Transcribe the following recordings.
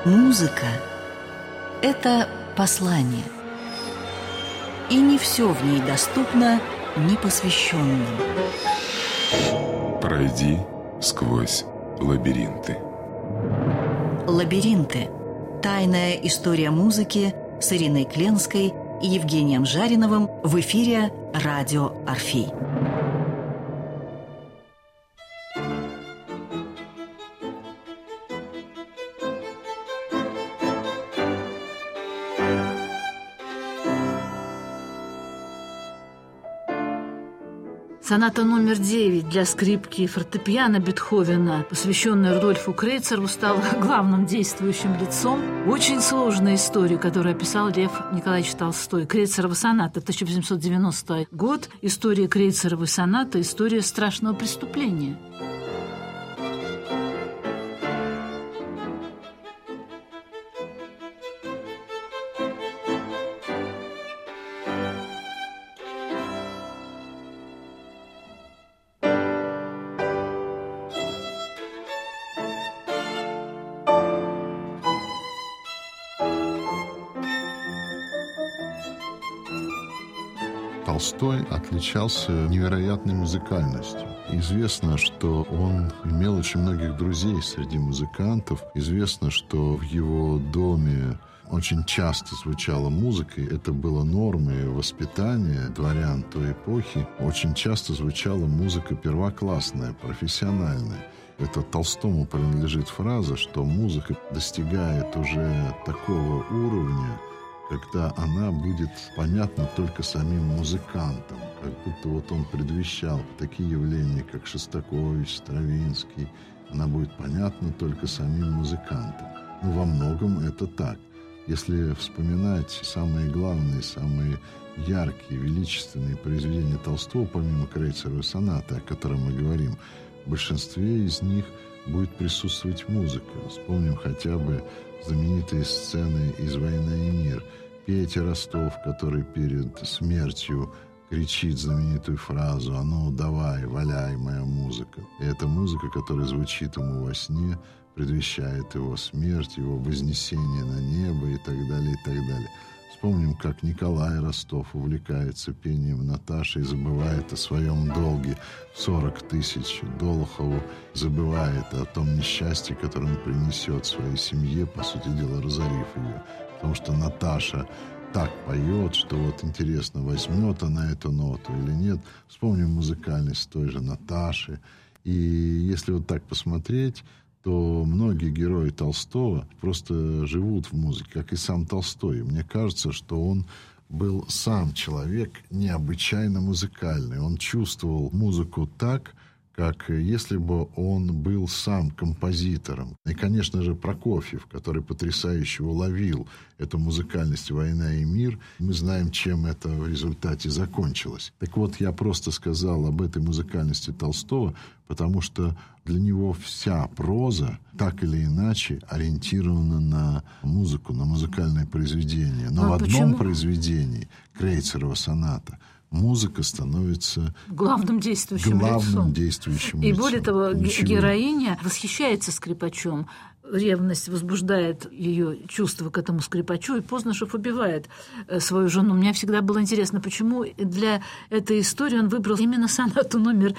Музыка – это послание. И не все в ней доступно непосвященным. Пройди сквозь лабиринты. «Лабиринты. Тайная история музыки» с Ириной Кленской и Евгением Жариновым в эфире «Радио Орфей». Соната номер 9 для скрипки и фортепиано Бетховена, посвященная Рудольфу Крейцеру, стала главным действующим лицом очень сложной истории, которую описал Лев Николаевич Толстой. Крейцерова соната, 1890 год. История Крейцеровой сонаты, история страшного преступления. Толстой отличался невероятной музыкальностью. Известно, что он имел очень многих друзей среди музыкантов. Известно, что в его доме очень часто звучала музыка, и это было нормой воспитания дворян той эпохи. Очень часто звучала музыка первоклассная, профессиональная. Это Толстому принадлежит фраза, что музыка достигает уже такого уровня, когда она будет понятна только самим музыкантам. Как будто вот он предвещал такие явления, как Шостакович, Стравинский. Она будет понятна только самим музыкантам. Но во многом это так. Если вспоминать самые главные, самые яркие, величественные произведения Толстого, помимо Крейцеровой сонаты, о которой мы говорим, в большинстве из них будет присутствовать музыка. Вспомним хотя бы знаменитые сцены из «Война и мир». Петя Ростов, который перед смертью кричит знаменитую фразу «А ну, давай, валяй, моя музыка». И эта музыка, которая звучит ему во сне, предвещает его смерть, его вознесение на небо и так далее, и так далее. Вспомним, как Николай Ростов увлекается пением Наташи и забывает о своем долге в 40 тысяч. Долохову забывает о том несчастье, которое он принесет своей семье, по сути дела, разорив ее. Потому что Наташа так поет, что вот интересно, возьмет она эту ноту или нет. Вспомним музыкальность той же Наташи. И если вот так посмотреть, то многие герои Толстого просто живут в музыке, как и сам Толстой. Мне кажется, что он был сам человек необычайно музыкальный. Он чувствовал музыку так, как если бы он был сам композитором. И, конечно же, Прокофьев, который потрясающе уловил эту музыкальность «Война и мир». Мы знаем, чем это в результате закончилось. Так вот, я просто сказал об этой музыкальности Толстого, потому что для него вся проза так или иначе ориентирована на музыку, на музыкальное произведение. Но в одном произведении, Крейцерова соната, музыка становится главным действующим лицом. И более того, героиня восхищается скрипачом. Ревность возбуждает ее чувство к этому скрипачу, и Познашев убивает свою жену. Мне всегда было интересно, почему для этой истории он выбрал именно сонату номер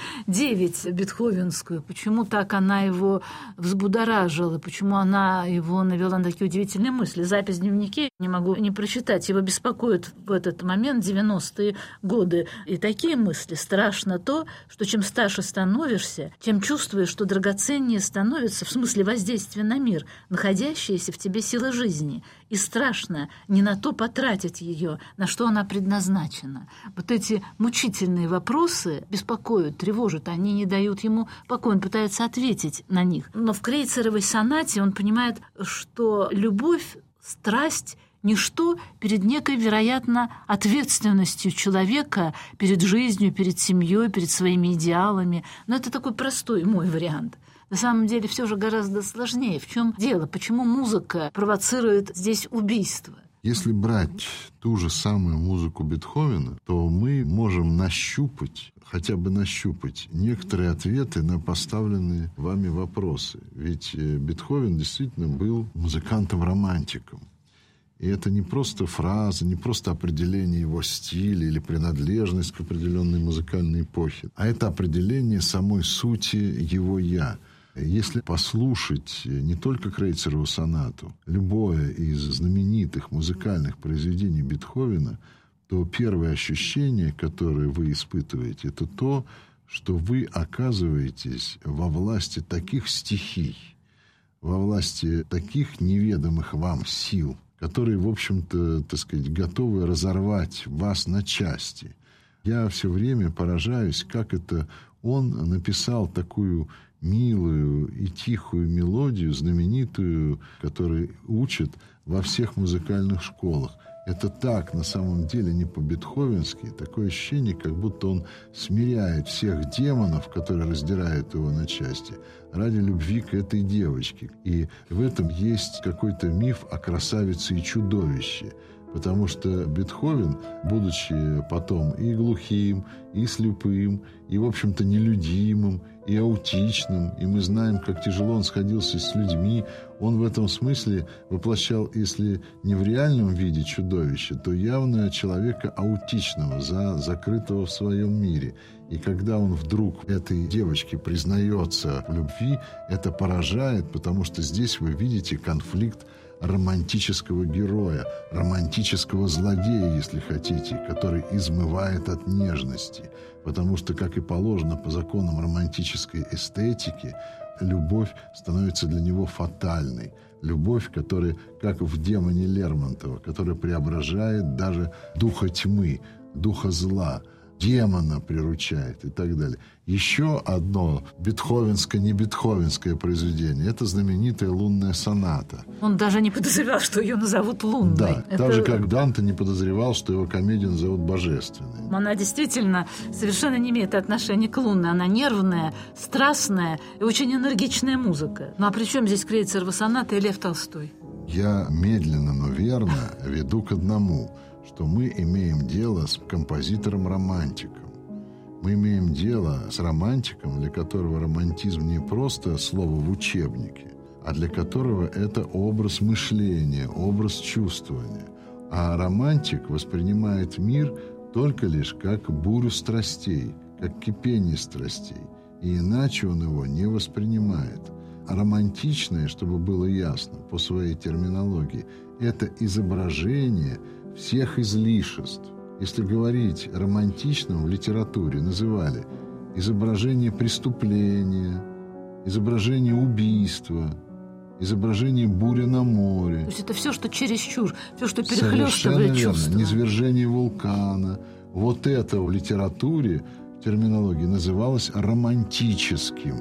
9 бетховенскую, почему так она его взбудоражила, почему она его навела на такие удивительные мысли. Запись в дневнике не могу не прочитать. Его беспокоит в этот момент 90-е годы. И такие мысли. Страшно то, что чем старше становишься, тем чувствуешь, что драгоценнее становится в смысле воздействия на мир, находящаяся в тебе сила жизни. И страшно не на то потратить ее, на что она предназначена. Вот эти мучительные вопросы беспокоят, тревожат, они не дают ему покоя, он пытается ответить на них. Но в Крейцеровой сонате он понимает, что любовь, страсть — ничто перед некой, вероятно, ответственностью человека перед жизнью, перед семьей, перед своими идеалами. Но это такой простой мой вариант. На самом деле все же гораздо сложнее. В чем дело? Почему музыка провоцирует здесь убийство? Если брать ту же самую музыку Бетховена, то мы можем нащупать, хотя бы нащупать, некоторые ответы на поставленные вами вопросы. Ведь Бетховен действительно был музыкантом-романтиком. И это не просто фраза, не просто определение его стиля или принадлежность к определенной музыкальной эпохе, а это определение самой сути его «я». Если послушать не только Крейцерову сонату, любое из знаменитых музыкальных произведений Бетховена, то первое ощущение, которое вы испытываете, это то, что вы оказываетесь во власти таких стихий, во власти таких неведомых вам сил, которые, в общем-то, так сказать, готовы разорвать вас на части. Я все время поражаюсь, как это он написал такую милую и тихую мелодию, знаменитую, которую учат во всех музыкальных школах. Это так, на самом деле, не по-бетховенски. Такое ощущение, как будто он смиряет всех демонов, которые раздирают его на части, ради любви к этой девочке. И в этом есть какой-то миф о красавице и чудовище. Потому что Бетховен, будучи потом и глухим, и слепым, и, в общем-то, нелюдимым, и аутичным, и мы знаем, как тяжело он сходился с людьми, он в этом смысле воплощал, если не в реальном виде чудовища, то явно человека аутичного, закрытого в своем мире. И когда он вдруг этой девочке признается в любви, это поражает, потому что здесь вы видите конфликт романтического героя, романтического злодея, если хотите, который измывает от нежности. Потому что, как и положено по законам романтической эстетики, любовь становится для него фатальной. Любовь, которая, как в «Демоне» Лермонтова, которая преображает даже духа тьмы, духа зла, демона приручает и так далее. Еще одно бетховенское-небетховенское произведение – это знаменитая «Лунная соната». Он даже не подозревал, что ее назовут лунной. Да, так же, как Данте не подозревал, что его комедию назовут божественной. Она действительно совершенно не имеет отношения к лунной. Она нервная, страстная и очень энергичная музыка. Ну а при чем здесь Крейцерова соната и Лев Толстой? Я медленно, но верно веду к одному – что мы имеем дело с композитором-романтиком. Мы имеем дело с романтиком, для которого романтизм не просто слово в учебнике, а для которого это образ мышления, образ чувствования. А романтик воспринимает мир только лишь как бурю страстей, как кипение страстей, и иначе он его не воспринимает. А романтичное, чтобы было ясно по своей терминологии, это изображение всех излишеств. Если говорить романтичным в литературе, называли изображение преступления, изображение убийства, изображение бури на море. То есть это все, что чересчур, все, что перехлёстывает чувства. Низвержение вулкана. Вот это в литературе, в терминологии, называлось романтическим.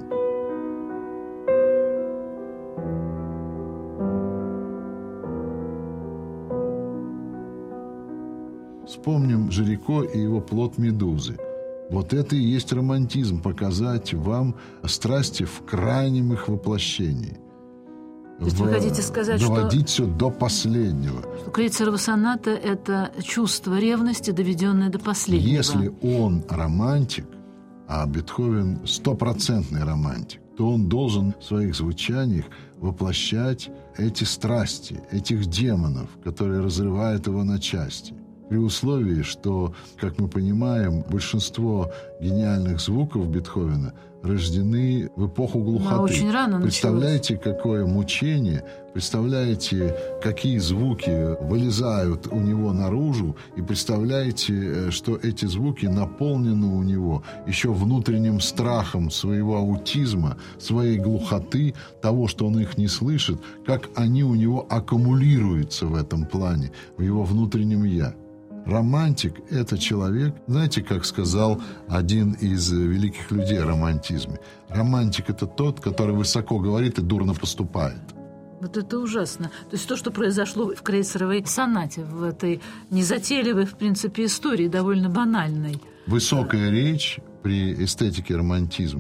Вспомним Жирико и его «Плод медузы». Вот это и есть романтизм, показать вам страсти в крайнем их воплощении. То есть вы хотите сказать, доводить все до последнего. Что Крейцерова соната – это чувство ревности, доведенное до последнего. Если он романтик, а Бетховен 100% романтик, то он должен в своих звучаниях воплощать эти страсти, этих демонов, которые разрывают его на части. При условии, что, как мы понимаем, большинство гениальных звуков Бетховена рождены в эпоху глухоты. Очень рано Представляете, какое мучение, представляете, какие звуки вылезают у него наружу, и представляете, что эти звуки наполнены у него еще внутренним страхом своего аутизма, своей глухоты, того, что он их не слышит, как они у него аккумулируются в этом плане, в его внутреннем «я». Романтик – это человек, знаете, как сказал один из великих людей о романтизме, романтик – это тот, который высоко говорит и дурно поступает. Вот это ужасно. То есть то, что произошло в Крейцеровой сонате, в этой незатейливой, в принципе, истории, довольно банальной. Высокая речь при эстетике романтизма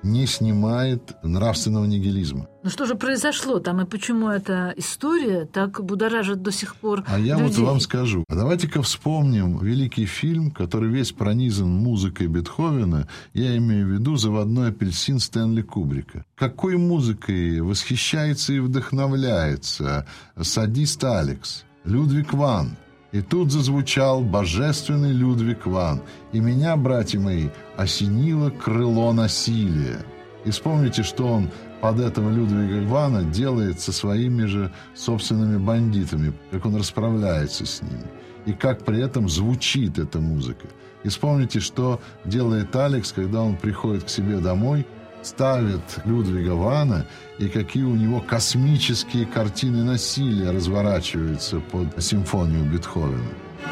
не снимает нравственного нигилизма. Ну что же произошло там, и почему эта история так будоражит до сих пор А я людей? вот вам скажу. Давайте-ка вспомним великий фильм, который весь пронизан музыкой Бетховена. Я имею в виду «Заводной апельсин» Стэнли Кубрика. Какой музыкой восхищается и вдохновляется садист Алекс, Людвиг ван. И тут зазвучал божественный Людвиг ван. И меня, братья мои, осенило крыло насилия. И вспомните, что он под этого Людвига вана делает со своими же собственными бандитами, как он расправляется с ними. И как при этом звучит эта музыка. И вспомните, что делает Алекс, когда он приходит к себе домой, ставит Людвига вана, и какие у него космические картины насилия разворачиваются под симфонию Бетховена.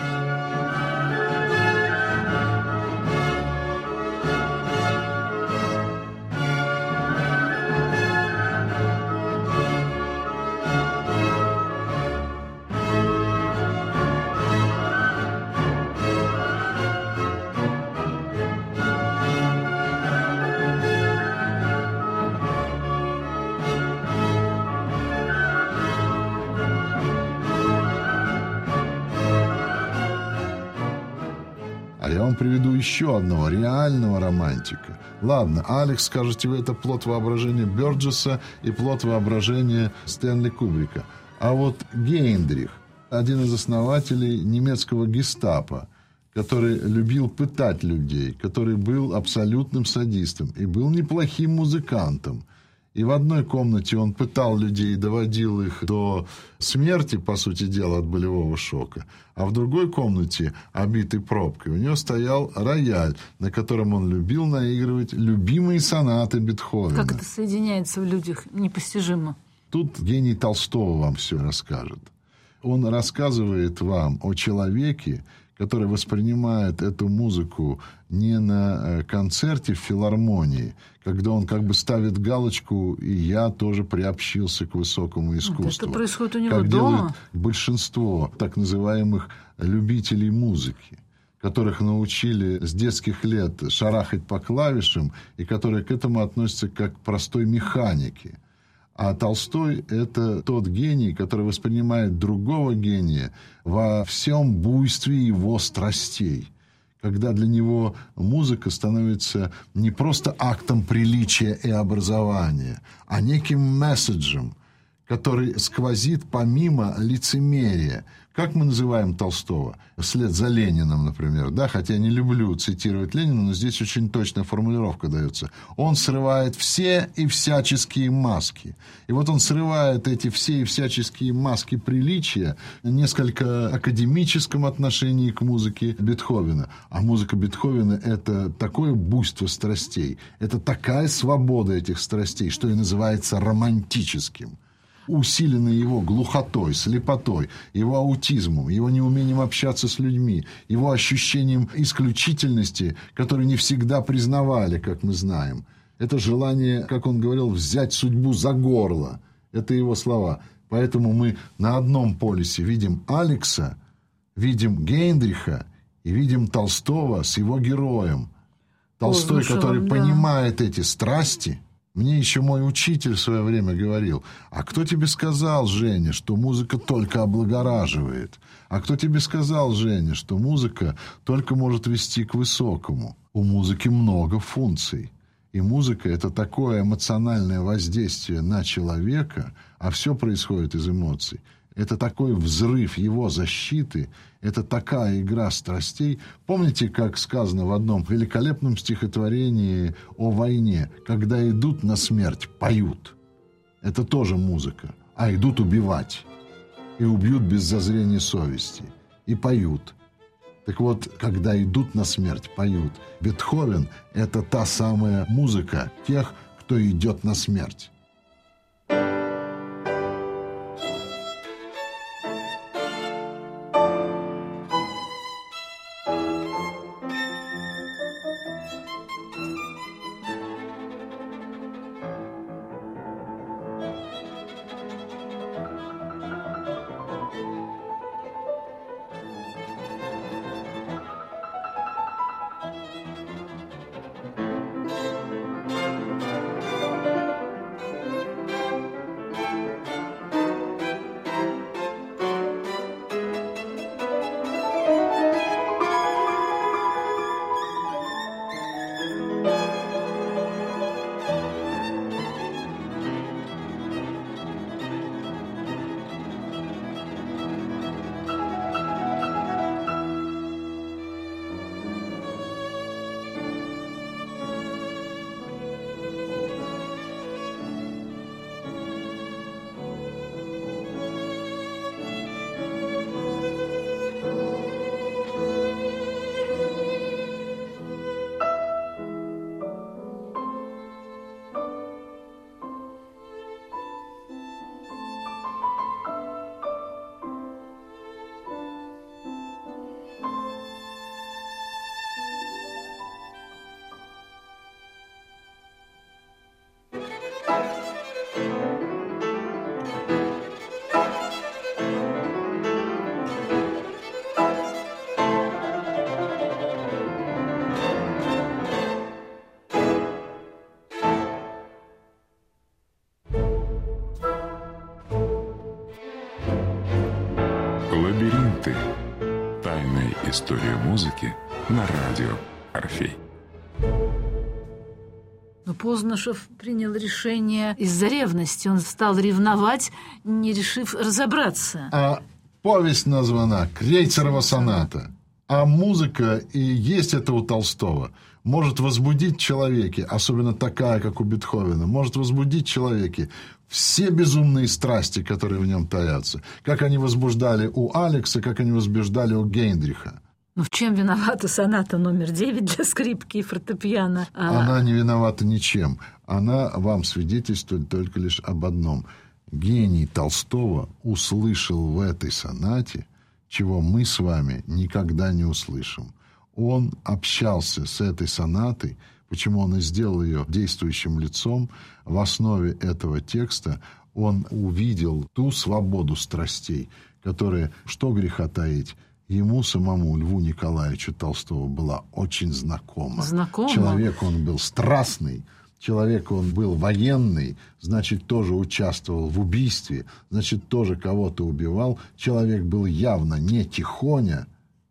Я вам приведу еще одного реального романтика. Ладно, Алекс, скажете вы, это плод воображения Бёрджеса и плод воображения Стэнли Кубрика. А вот Гейндрих, один из основателей немецкого гестапо, который любил пытать людей, который был абсолютным садистом и был неплохим музыкантом. И в одной комнате он пытал людей и доводил их до смерти, по сути дела, от болевого шока. А в другой комнате, обитой пробкой, у него стоял рояль, на котором он любил наигрывать любимые сонаты Бетховена. Как это соединяется в людях, непостижимо. Тут гений Толстого вам все расскажет. Он рассказывает вам о человеке, который воспринимает эту музыку не на концерте в филармонии, когда он как бы ставит галочку, и я тоже приобщился к высокому искусству. Это происходит у него как дома? Делают большинство так называемых любителей музыки, которых научили с детских лет шарахать по клавишам, и которые к этому относятся как к простой механике. А Толстой – это тот гений, который воспринимает другого гения во всем буйстве его страстей. Когда для него музыка становится не просто актом приличия и образования, а неким месседжем, который сквозит помимо лицемерия. Как мы называем Толстого? Вслед за Лениным, например. Да? Хотя я не люблю цитировать Ленина, но здесь очень точная формулировка дается. Он срывает все и всяческие маски. И вот он срывает эти все и всяческие маски приличия в несколько академическом отношении к музыке Бетховена. А музыка Бетховена – это такое буйство страстей, это такая свобода этих страстей, что и называется романтическим. Усиленный его глухотой, слепотой, его аутизмом, его неумением общаться с людьми, его ощущением исключительности, которое не всегда признавали, как мы знаем. Это желание, как он говорил, взять судьбу за горло. Это его слова. Поэтому мы на одном полюсе видим Алекса, видим Гейндриха и видим Толстого с его героем. Толстой, который понимает эти страсти. Мне еще мой учитель в свое время говорил: а кто тебе сказал, Женя, что музыка только облагораживает? А кто тебе сказал, Женя, что музыка только может вести к высокому? У музыки много функций. И музыка – это такое эмоциональное воздействие на человека, а все происходит из эмоций. Это такой взрыв его защиты, это такая игра страстей. Помните, как сказано в одном великолепном стихотворении о войне: когда идут на смерть, поют. Это тоже музыка. А идут убивать. И убьют без зазрения совести. И поют. Так вот, когда идут на смерть, поют. Бетховен – это та самая музыка тех, кто идет на смерть. лабиринты. Тайная история музыки на радио Орфей. Но Познашев принял решение из-за ревности. Он стал ревновать, не решив разобраться. А повесть названа «Крейцерова соната». А музыка, и есть это у Толстого, может возбудить в человеке, особенно такая, как у Бетховена, может возбудить в человеке все безумные страсти, которые в нем таятся. Как они возбуждали у Алекса, как они возбуждали у Гейндриха. Ну, в чем виновата соната номер 9 для скрипки и фортепиано? Она не виновата ничем. Она вам свидетельствует только лишь об одном. Гений Толстого услышал в этой сонате, чего мы с вами никогда не услышим. Он общался с этой сонатой, почему он и сделал ее действующим лицом. В основе этого текста он увидел ту свободу страстей, которая, что греха таить, ему самому, Льву Николаевичу Толстому, была очень знакома. Человек он был страстный, человек он был военный, значит, тоже участвовал в убийстве, значит, тоже кого-то убивал. Человек был явно не тихоня.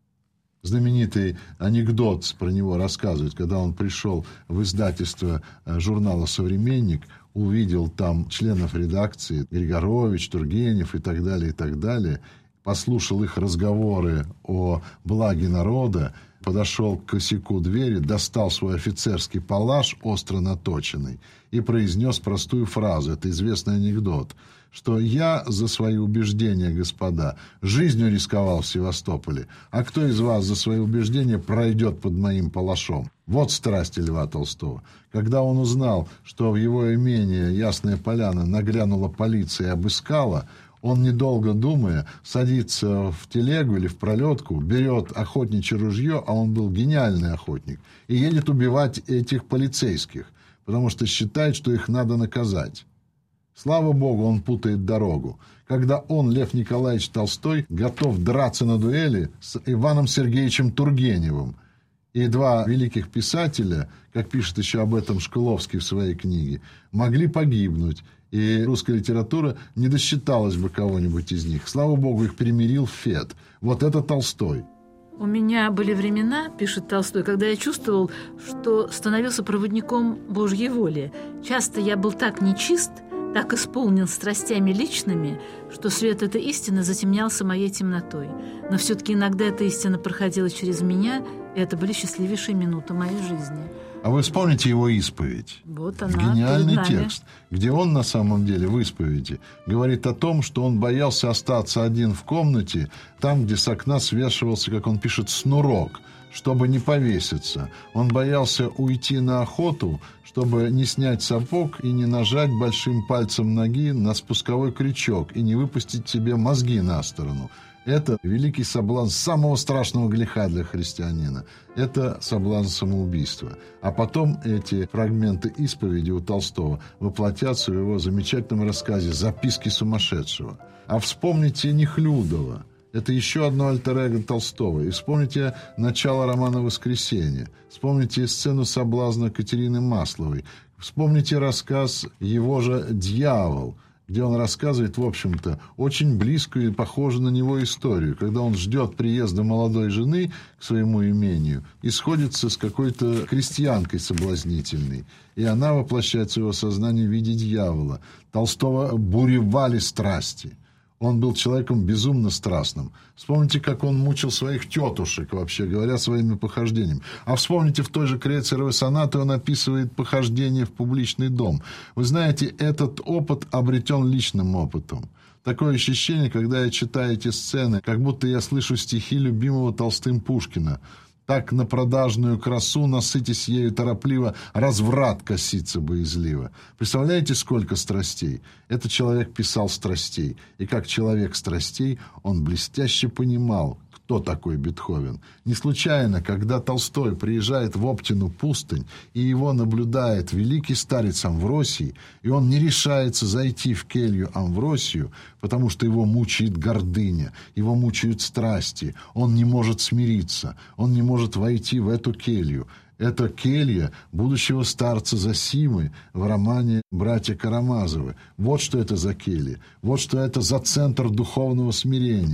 Знаменитый анекдот про него рассказывают, когда он пришел в издательство журнала «Современник», увидел там членов редакции Григорович, Тургенев и так далее, послушал их разговоры о благе народа, подошел к косяку двери, достал свой офицерский палаш, остро наточенный, и произнес простую фразу, это известный анекдот, что «я за свои убеждения, господа, жизнью рисковал в Севастополе, а кто из вас за свои убеждения пройдет под моим палашом?» Вот страсти Льва Толстого. Когда он узнал, что в его имение Ясная Поляна нагрянула полиция и обыскала, он, недолго думая, садится в телегу или в пролетку, берет охотничье ружье, а он был гениальный охотник, и едет убивать этих полицейских, потому что считает, что их надо наказать. Слава Богу, он путает дорогу. Когда он, Лев Николаевич Толстой, готов драться на дуэли с Иваном Сергеевичем Тургеневым, и два великих писателя, как пишет еще об этом Шкловский в своей книге, могли погибнуть, и русская литература не досчиталась бы кого-нибудь из них. Слава Богу, их примирил Фет. Вот это Толстой. У меня были времена, пишет Толстой, когда я чувствовал, что становился проводником Божьей воли. Часто я был так нечист, так исполнен страстями личными, что свет этой истины затемнялся моей темнотой. Но все-таки иногда эта истина проходила через меня, и это были счастливейшие минуты моей жизни. А вы вспомните его исповедь. Вот она, гениальный текст, где он на самом деле в исповеди говорит о том, что он боялся остаться один в комнате, там, где с окна свешивался, как он пишет, снурок, чтобы не повеситься. Он боялся уйти на охоту, чтобы не снять сапог и не нажать большим пальцем ноги на спусковой крючок и не выпустить себе мозги на сторону. Это великий соблазн самого страшного греха для христианина. Это соблазн самоубийства. А потом эти фрагменты исповеди у Толстого воплотятся в его замечательном рассказе «Записки сумасшедшего». А вспомните Нехлюдова. Это еще одно альтер-эго Толстого. И вспомните начало романа «Воскресенье». Вспомните сцену соблазна Катерины Масловой. Вспомните рассказ его же «Дьявол», где он рассказывает, в общем-то, очень близкую и похожую на него историю, когда он ждет приезда молодой жены к своему имению и сходится с какой-то крестьянкой соблазнительной, и она воплощается в его сознании в виде дьявола. Толстого буревали страсти. Он был человеком безумно страстным. Вспомните, как он мучил своих тетушек, вообще говоря, своими похождениями. А вспомните, в той же Крейцеровой сонате он описывает похождение в публичный дом. Вы знаете, этот опыт обретен личным опытом. Такое ощущение, когда я читаю эти сцены, как будто я слышу стихи любимого Толстым Пушкина. Так на продажную красу, насытясь ею торопливо, разврат косится боязливо. Представляете, сколько страстей? Этот человек писал страстей. И как человек страстей он блестяще понимал, кто такой Бетховен. Не случайно, когда Толстой приезжает в Оптину пустынь, и его наблюдает великий старец Амвросий, и он не решается зайти в келью Амвросию, потому что его мучает гордыня, его мучают страсти, он не может смириться, он не может войти в эту келью. Это келья будущего старца Зосимы в романе «Братья Карамазовы». Вот что это за келья, вот что это за центр духовного смирения.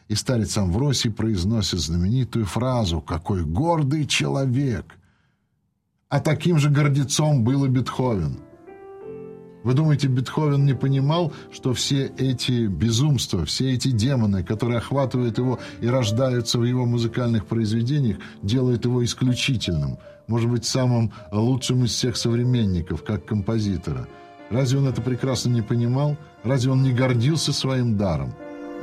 И старец Амвросий произносит знаменитую фразу «Какой гордый человек!». А таким же гордецом был и Бетховен. Вы думаете, Бетховен не понимал, что все эти безумства, все эти демоны, которые охватывают его и рождаются в его музыкальных произведениях, делают его исключительным, может быть, самым лучшим из всех современников, как композитора? Разве он это прекрасно не понимал? Разве он не гордился своим даром?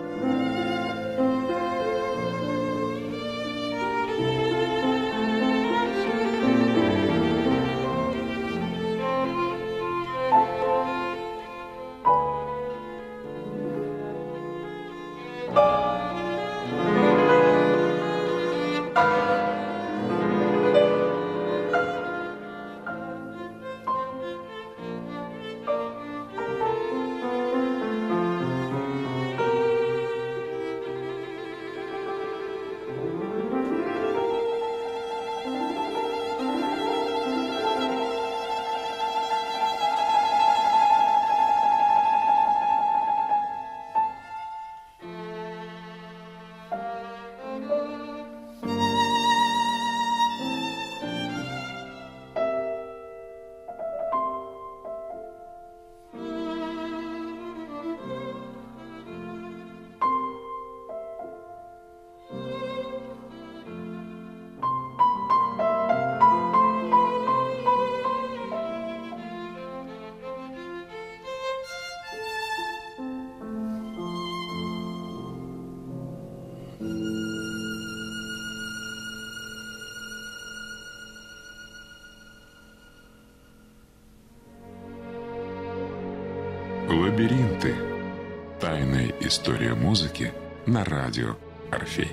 Лабиринты. Тайная история музыки на радио «Орфей».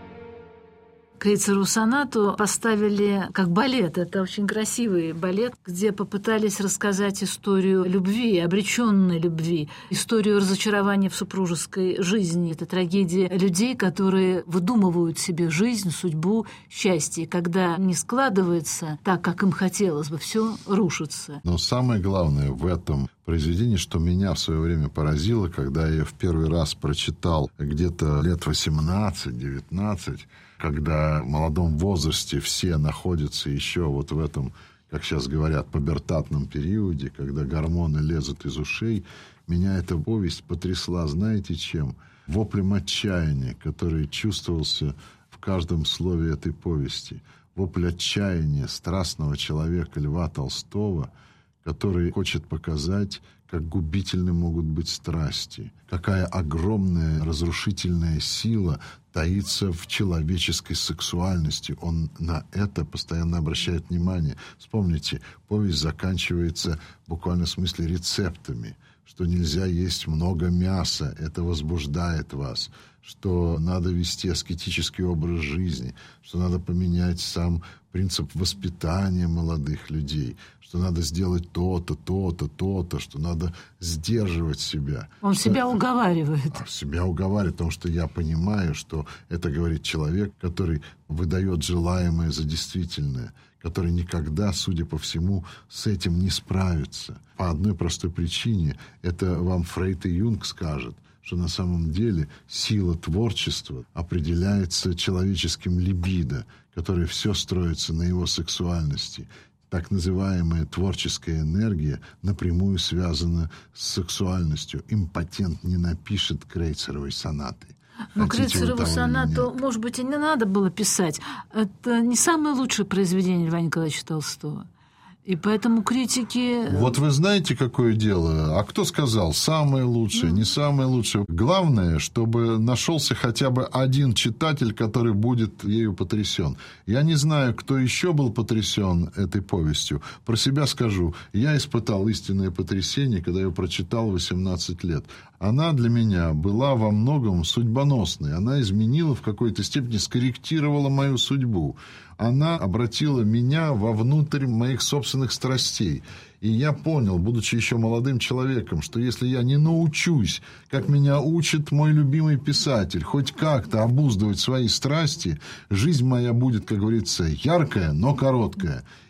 Крейцерову сонату поставили как балет. Это очень красивый балет, где попытались рассказать историю любви, обреченной любви, историю разочарования в супружеской жизни. Это трагедия людей, которые выдумывают себе жизнь, судьбу, счастье. Когда не складывается так, как им хотелось бы, все рушится. Но самое главное в этом произведении, что меня в свое время поразило, когда я в первый раз прочитал где-то лет 18-19, когда в молодом возрасте все находятся еще вот в этом, как сейчас говорят, пубертатном периоде, когда гормоны лезут из ушей, меня эта повесть потрясла, знаете чем? Воплем отчаяния, который чувствовался в каждом слове этой повести. Вопль отчаяния страстного человека Льва Толстого, который хочет показать, как губительны могут быть страсти, какая огромная разрушительная сила таится в человеческой сексуальности. Он на это постоянно обращает внимание. Вспомните, повесть заканчивается в буквальном смысле рецептами, что нельзя есть много мяса, это возбуждает вас, что надо вести аскетический образ жизни, что надо поменять сам принцип воспитания молодых людей, что надо сделать то-то, то-то, то-то, что надо сдерживать себя. Он себя уговаривает. Себя уговаривает, потому что я понимаю, что это говорит человек, который выдает желаемое за действительное, который никогда, судя по всему, с этим не справится. По одной простой причине, это вам Фрейд и Юнг скажут, что на самом деле сила творчества определяется человеческим либидо, которое все строится на его сексуальности. Так называемая творческая энергия напрямую связана с сексуальностью. Импотент не напишет Крейцеровой сонаты. Но Крейцерову сонату, может быть, и не надо было писать. Это не самое лучшее произведение Льва Николаевича Толстого. И поэтому критики... Вот вы знаете, какое дело? А кто сказал, самое лучшее, не самое лучшее? Главное, чтобы нашелся хотя бы один читатель, который будет ею потрясен. Я не знаю, кто еще был потрясен этой повестью. Про себя скажу. Я испытал истинное потрясение, когда ее прочитал в 18 лет. Она для меня была во многом судьбоносной. Она изменила в какой-то степени, скорректировала мою судьбу. Она обратила меня вовнутрь моих собственных страстей. И я понял, будучи еще молодым человеком, что если я не научусь, как меня учит мой любимый писатель, хоть как-то обуздывать свои страсти, жизнь моя будет, как говорится, яркая, но короткая.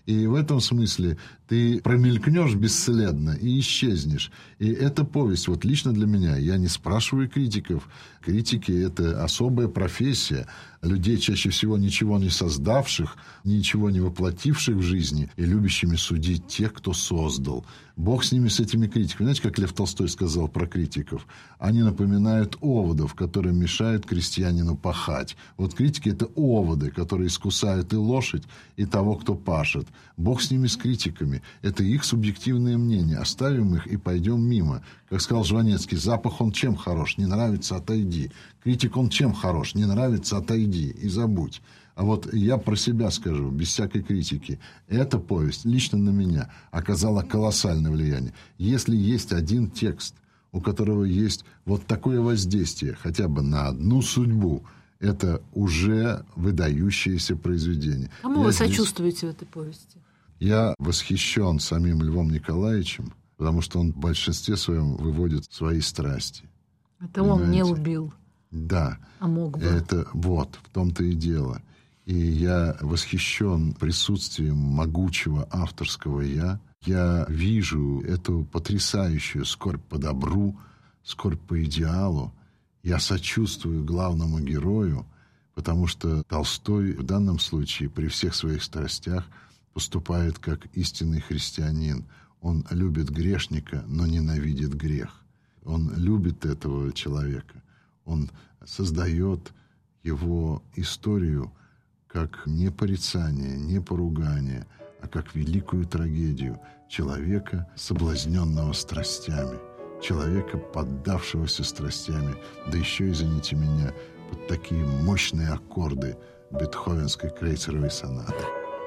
И в этом смысле ты промелькнешь бесследно и исчезнешь. И эта повесть, вот лично для меня, я не спрашиваю критиков. Критики – это особая профессия. Людей, чаще всего ничего не создавших, ничего не воплотивших в жизни и любящими судить тех, кто создал. Бог с ними, с этими критиками. Знаете, как Лев Толстой сказал про критиков? Они напоминают оводов, которые мешают крестьянину пахать. Вот критики – это оводы, которые искусают и лошадь, и того, кто пашет. Бог с ними, с критиками. Это их субъективное мнение. Оставим их и пойдем мимо. Как сказал Жванецкий, запах он чем хорош? Не нравится – отойди. Критик он чем хорош? Не нравится – отойди и забудь. А вот я про себя скажу, без всякой критики. Эта повесть лично на меня оказала колоссальное влияние. Если есть один текст, у которого есть вот такое воздействие хотя бы на одну судьбу, это уже выдающееся произведение. Кому вы сочувствуете в этой повести? Я восхищен самим Львом Николаевичем, потому что он в большинстве своем выводит свои страсти. Это понимаете? Он не убил. Да. А мог бы. Это вот, в том-то и дело. И я восхищен присутствием могучего авторского «я». Я вижу эту потрясающую скорбь по добру, скорбь по идеалу. Я сочувствую главному герою, потому что Толстой в данном случае при всех своих страстях поступает как истинный христианин. Он любит грешника, но ненавидит грех. Он любит этого человека. Он создает его историю как не порицание, не поругание, а как великую трагедию человека, соблазненного страстями, человека, поддавшегося страстями, да еще, извините меня, под такие мощные аккорды бетховенской крейцеровой сонаты.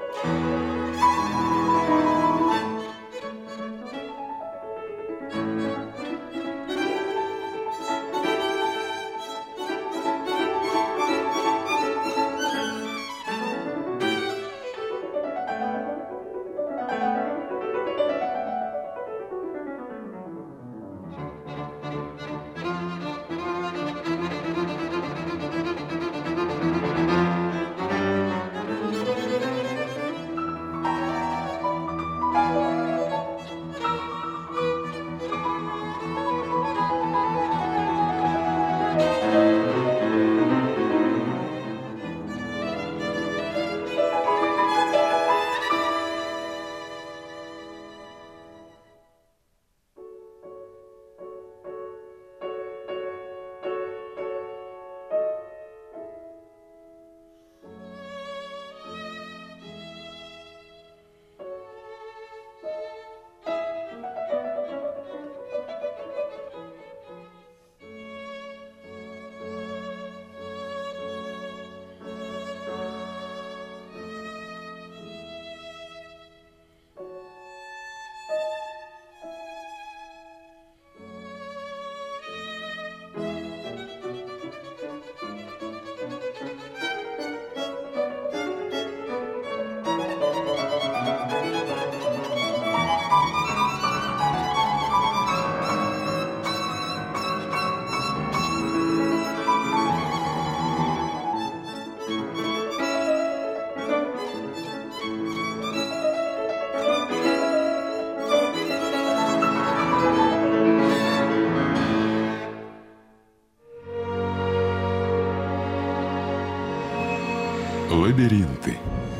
Лабиринты.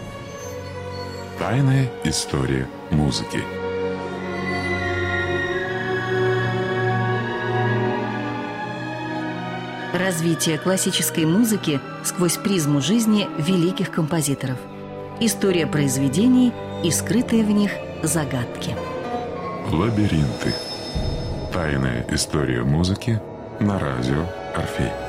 Тайная история музыки. Развитие классической музыки сквозь призму жизни великих композиторов. История произведений и скрытые в них загадки. Лабиринты. Тайная история музыки на радио Орфей.